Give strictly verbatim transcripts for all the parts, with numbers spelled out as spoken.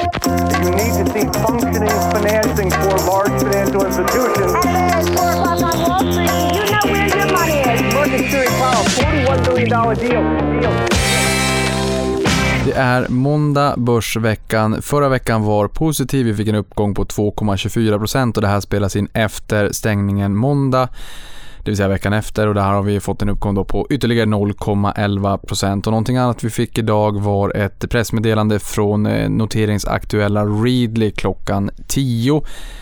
You need to see functioning financing for large financial institutions. And then four o'clock on Wall Street, you know where your money is. Market Stewart Powell, forty-one billion dollars deal. deal. Det är måndag, börsveckan. Förra veckan var positiv. Vi fick en uppgång på två komma tjugofyra procent och det här spelas in efter stängningen måndag. Det vill säga veckan efter, och där har vi fått en uppgång då på ytterligare noll komma elva procent. Och någonting annat vi fick idag var ett pressmeddelande från noteringsaktuella Readly klockan tio.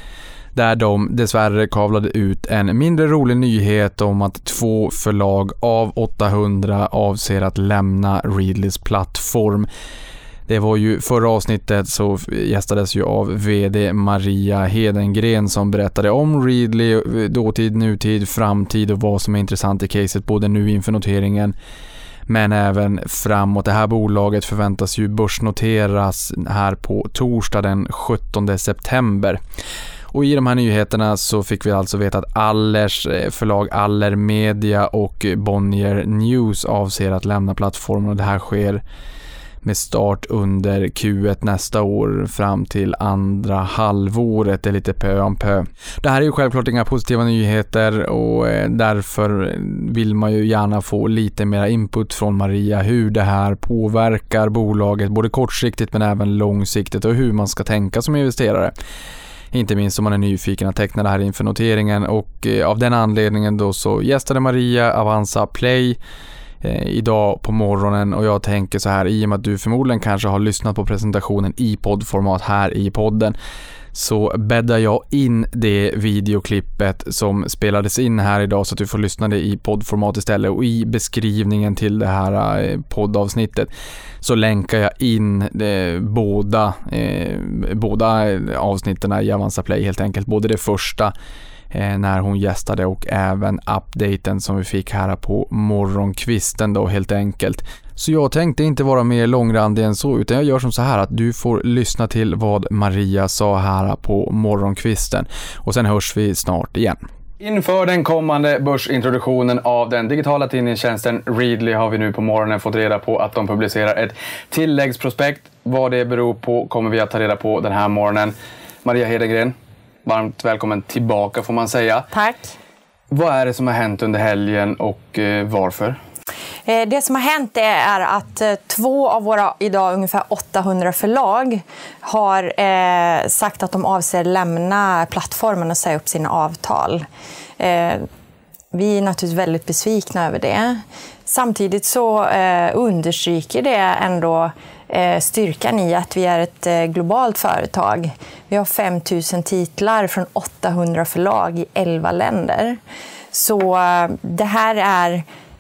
Där de dessvärre kavlade ut en mindre rolig nyhet om att två förlag av åttahundra avser att lämna Readlys plattform. Det var ju förra avsnittet så gästades ju av vd Maria Hedengren som berättade om Readly, dåtid, nutid, framtid och vad som är intressant i caset både nu inför noteringen men även framåt. Det här bolaget förväntas ju börsnoteras här på torsdag den sjuttonde september. Och i de här nyheterna så fick vi alltså veta att Allers förlag Aller Media och Bonnier News avser att lämna plattformen, och det här sker med start under Q ett nästa år fram till andra halvåret. Det är lite pö om pö. Det här är ju självklart inga positiva nyheter och därför vill man ju gärna få lite mer input från Maria hur det här påverkar bolaget både kortsiktigt men även långsiktigt och hur man ska tänka som investerare. Inte minst om man är nyfiken att teckna det här inför noteringen, och eh, av den anledningen då så gästade Maria Avanza Play eh, idag på morgonen, och jag tänker så här, i och med att du förmodligen kanske har lyssnat på presentationen i poddformat här i podden, så bäddar jag in det videoklippet som spelades in här idag så att du får lyssna det i poddformat istället, och i beskrivningen till det här poddavsnittet så länkar jag in eh, båda, eh, båda avsnitten i Avanza Play helt enkelt, både det första eh, när hon gästade och även updaten som vi fick här på morgonkvisten då helt enkelt. Så jag tänkte inte vara mer långrandig än så, utan jag gör som så här att du får lyssna till vad Maria sa här på morgonkvisten, och sen hörs vi snart igen. Inför den kommande börsintroduktionen av den digitala tidningstjänsten Readly har vi nu på morgonen fått reda på att de publicerar ett tilläggsprospekt. Vad det beror på kommer vi att ta reda på den här morgonen. Maria Hedengren, varmt välkommen tillbaka får man säga. Tack. Vad är det som har hänt under helgen och eh, varför? Det som har hänt är att två av våra idag ungefär åttahundra förlag har eh, sagt att de avser lämna plattformen och säga upp sina avtal. Eh, vi är naturligtvis väldigt besvikna över det. Samtidigt så eh, understryker det ändå eh, styrkan i att vi är ett eh, globalt företag. Vi har fem tusen titlar från åttahundra förlag i elva länder. Så eh, det här är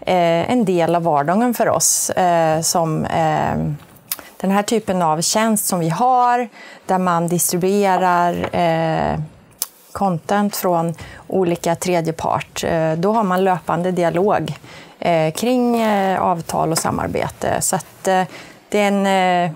en del av vardagen för oss eh, som eh, den här typen av tjänst som vi har där man distribuerar eh, content från olika tredjepart. Eh, då har man löpande dialog eh, kring eh, avtal och samarbete. Så att, eh, det är en eh,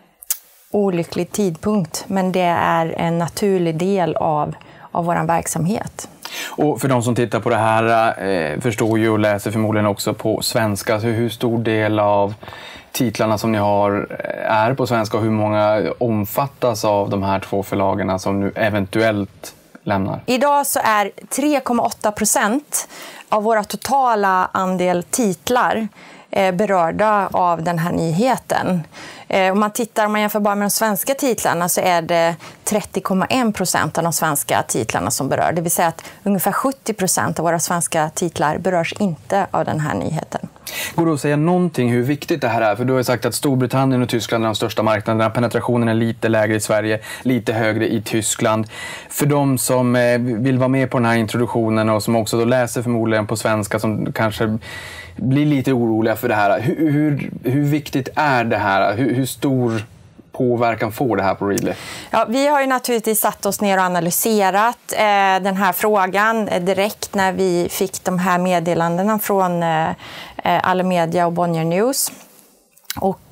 olycklig tidpunkt, men det är en naturlig del av, av vår verksamhet. Och för de som tittar på det här eh, förstår ju och läser förmodligen också på svenska. Så hur stor del av titlarna som ni har är på svenska och hur många omfattas av de här två förlagen som nu eventuellt lämnar? Idag så är tre komma åtta procent av våra totala andel titlar eh, berörda av den här nyheten. Om man tittar, om man jämför bara med de svenska titlarna så är det trettio komma en procent av de svenska titlarna som berör. Det vill säga att ungefär sjuttio procent av våra svenska titlar berörs inte av den här nyheten. Går det att säga någonting hur viktigt det här är? För du har ju sagt att Storbritannien och Tyskland är de största marknaderna. Penetrationen är lite lägre i Sverige, lite högre i Tyskland. För de som vill vara med på den här introduktionen och som också då läser förmodligen på svenska som kanske blir lite oroliga för det här. Hur, hur, hur viktigt är det här? Hur, hur stor påverkan får det här på Readly? Ja, vi har ju naturligtvis satt oss ner och analyserat eh, den här frågan eh, direkt när vi fick de här meddelandena från eh, Aller Media och Bonnier News. Och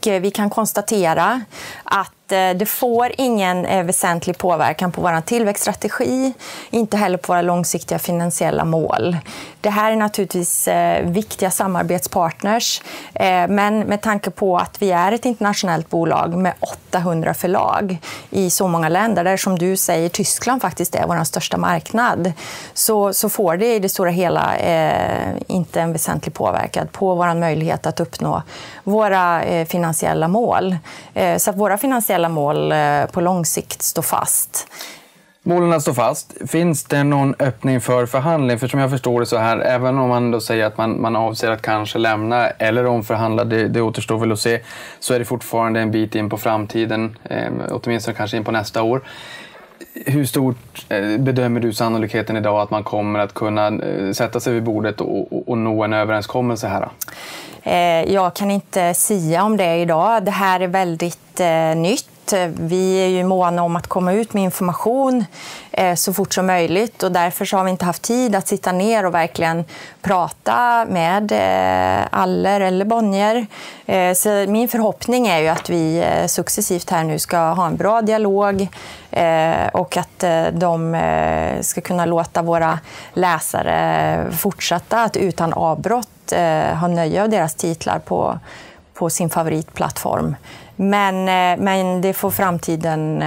vi kan konstatera att det får ingen väsentlig påverkan på vår tillväxtstrategi, inte heller på våra långsiktiga finansiella mål. Det här är naturligtvis viktiga samarbetspartners, men med tanke på att vi är ett internationellt bolag med åttahundra förlag i så många länder, där som du säger Tyskland faktiskt är vår största marknad, så, så får det i det stora hela eh, inte en väsentlig påverkan på vår möjlighet att uppnå våra eh, finansiella mål. Eh, så att våra finansiella mål på lång sikt står fast. Målen står fast. Finns det någon öppning för förhandling? För som jag förstår det så här, även om man då säger att man, man avser att kanske lämna eller omförhandla, det, det återstår väl att se, så är det fortfarande en bit in på framtiden, eh, åtminstone kanske in på nästa år. Hur stort eh, bedömer du sannolikheten idag att man kommer att kunna eh, sätta sig vid bordet och, och, och nå en överenskommelse här? Jag kan inte säga om det idag. Det här är väldigt eh, nytt. Vi är ju måna om att komma ut med information eh, så fort som möjligt, och därför så har vi inte haft tid att sitta ner och verkligen prata med eh, Aller eller Bonnier. Eh, så min förhoppning är ju att vi eh, successivt här nu ska ha en bra dialog eh, och att eh, de eh, ska kunna låta våra läsare fortsätta att utan avbrott eh, ha nöje av deras titlar på, på sin favoritplattform. Men, men det får framtiden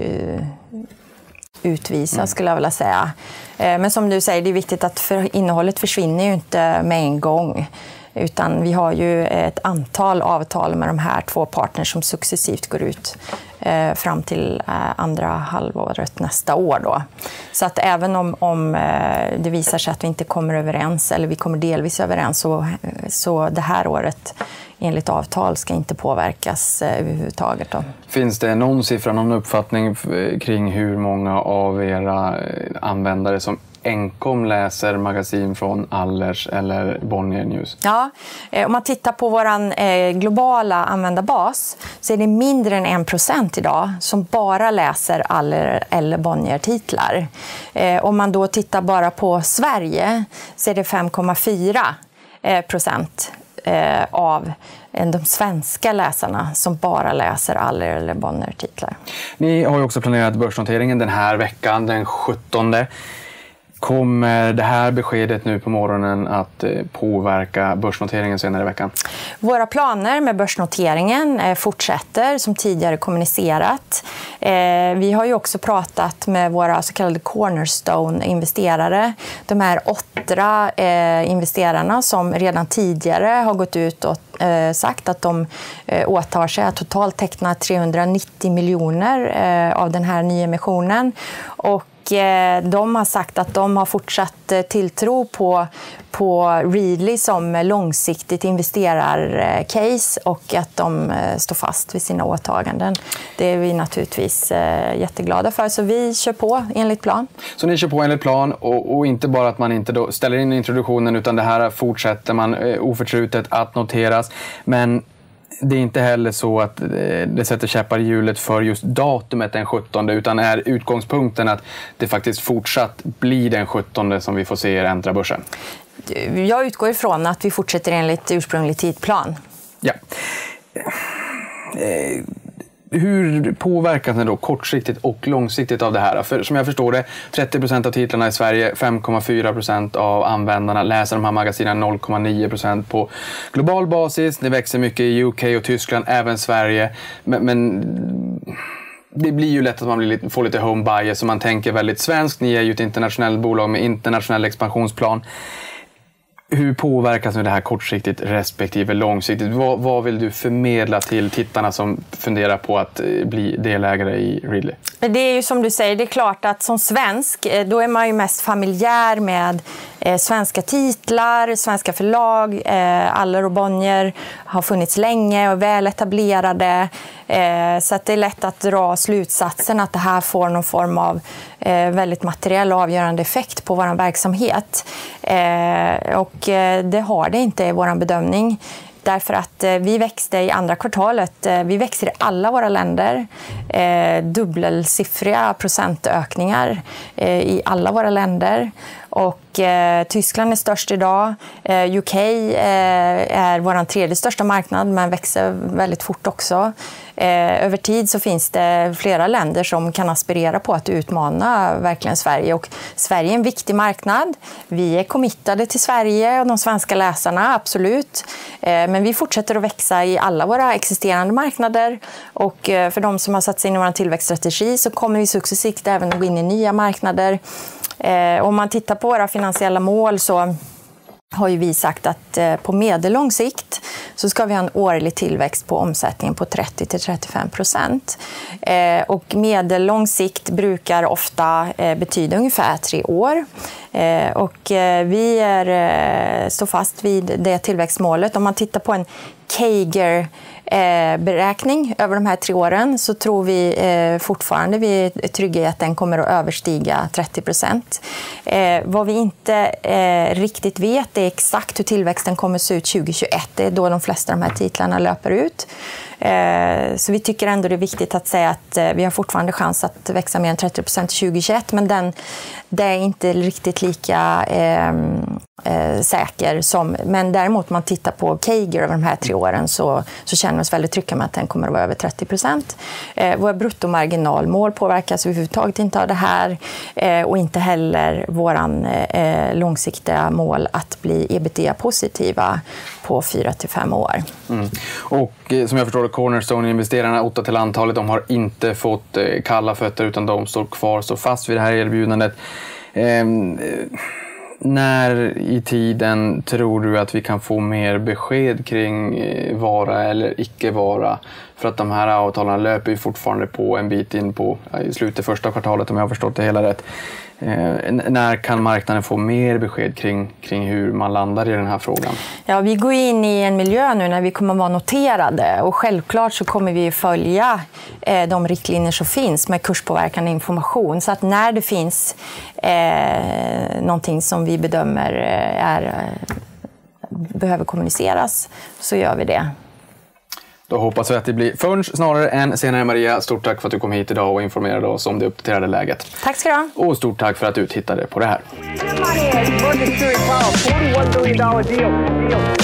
utvisa, mm. skulle jag vilja säga. Men som du säger, det är viktigt att för innehållet försvinner ju inte med en gång. Utan vi har ju ett antal avtal med de här två partners som successivt går ut eh, fram till eh, andra halvåret nästa år. Då. Så att även om, om eh, det visar sig att vi inte kommer överens, eller vi kommer delvis överens, så, så det här året enligt avtal ska inte påverkas eh, överhuvudtaget. Då. Finns det någon siffra, någon uppfattning kring hur många av era användare som enkom läser magasin från Allers eller Bonnier News? Ja, om man tittar på vår globala användarbas så är det mindre än en procent idag som bara läser Aller eller Bonnier-titlar. Om man då tittar bara på Sverige så är det fem komma fyra procent av de svenska läsarna som bara läser Aller eller Bonnier-titlar. Ni har ju också planerat börsnoteringen den här veckan, den sjuttonde. Kommer det här beskedet nu på morgonen att påverka börsnoteringen senare i veckan? Våra planer med börsnoteringen fortsätter som tidigare kommunicerat. Vi har ju också pratat med våra så kallade cornerstone-investerare. De här åtta investerarna som redan tidigare har gått ut och sagt att de åtar sig att totalt teckna trehundranittio miljoner av den här nyemissionen. Och de har sagt att de har fortsatt tilltro på, på Readly som långsiktigt investerarcase och att de står fast vid sina åtaganden. Det är vi naturligtvis jätteglada för, så vi kör på enligt plan. Så ni kör på enligt plan, och, och inte bara att man inte då ställer in introduktionen, utan det här fortsätter man oförtrutet att noteras. Men det är inte heller så att det sätter käppar i hjulet för just datumet den sjuttonde, utan är utgångspunkten att det faktiskt fortsatt blir den sjuttonde som vi får se er äntra börsen? Jag utgår ifrån att vi fortsätter enligt ursprunglig tidplan. Ja. Hur påverkas det då kortsiktigt och långsiktigt av det här? För som jag förstår det, trettio procent av titlarna i Sverige, fem komma fyra procent av användarna läser de här magasinen, noll komma nio procent på global basis. Det växer mycket i U K och Tyskland, även Sverige. Men, men det blir ju lätt att man blir lite, får lite home bias, så man tänker väldigt svenskt. Ni är ju ett internationellt bolag med internationell expansionsplan. Hur påverkas nu det här kortsiktigt respektive långsiktigt? Vad, vad vill du förmedla till tittarna som funderar på att bli delägare i Readly? Det är ju som du säger, det är klart att som svensk, då är man ju mest familjär med eh, svenska titlar, svenska förlag. Eh, Aller och Bonnier har funnits länge och är väl etablerade. Eh, så att det är lätt att dra slutsatsen att det här får någon form av eh, väldigt materiell och avgörande effekt på vår verksamhet. Eh, och eh, det har det inte i vår bedömning. Därför att eh, vi växte i andra kvartalet, eh, vi växer i alla våra länder, eh, dubbelsiffriga procentökningar eh, i alla våra länder. Och eh, Tyskland är störst idag. Eh, U K eh, är vår tredje största marknad men växer väldigt fort också. Eh, över tid så finns det flera länder som kan aspirera på att utmana verkligen Sverige. Och Sverige är en viktig marknad. Vi är committade till Sverige och de svenska läsarna, absolut. Eh, men vi fortsätter att växa i alla våra existerande marknader. Och eh, för de som har satt sig in i vår tillväxtstrategi så kommer vi successivt även att gå in i nya marknader. Eh, om man tittar på våra finansiella mål så har ju vi sagt att eh, på medellång sikt så ska vi ha en årlig tillväxt på omsättningen på trettio till trettiofem procent. Eh, och medellång sikt brukar ofta eh, betyda ungefär tre år. Eh, och eh, vi är, eh, står fast vid det tillväxtmålet. Om man tittar på en K A G R Eh, beräkning över de här tre åren så tror vi eh, fortfarande vi är trygga i att den kommer att överstiga trettio procent. Eh, vad vi inte eh, riktigt vet är exakt hur tillväxten kommer att se ut tjugohundratjugoett. Det är då de flesta av de här titlarna löper ut. Eh, så vi tycker ändå det är viktigt att säga att eh, vi har fortfarande chans att växa mer än trettio procent tjugohundratjugoett, men den, det är inte riktigt lika eh, eh, säker som, men däremot om man tittar på K A G R över de här tre åren så, så känner vi oss väldigt trygga med att den kommer att vara över trettio procent. Eh, våra bruttomarginalmål påverkas överhuvudtaget inte av det här eh, och inte heller våran eh, långsiktiga mål att bli ebitda-positiva på fyra till fem år. Mm. Och eh, som jag förstår det, Cornerstone-investerarna, åtta till antalet, de har inte fått eh, kalla fötter utan de står kvar, står fast vid det här erbjudandet. Eh, När i tiden tror du att vi kan få mer besked kring vara eller icke vara? För att de här avtalen löper ju fortfarande på en bit in på i slutet första kvartalet om jag har förstått det hela rätt. Eh, när kan marknaden få mer besked kring, kring hur man landar i den här frågan? Ja, vi går in i en miljö nu när vi kommer att vara noterade och självklart så kommer vi följa eh, de riktlinjer som finns med kurspåverkande information, så att när det finns eh, någonting som vi bedömer är, eh, behöver kommuniceras så gör vi det. Då hoppas vi att det blir först snarare än senare. Maria, stort tack för att du kom hit idag och informerade oss om det uppdaterade läget. Tack ska du ha. Och stort tack för att du tittade på det här. Market Street, wow, forty-one billion dollars deal. deal.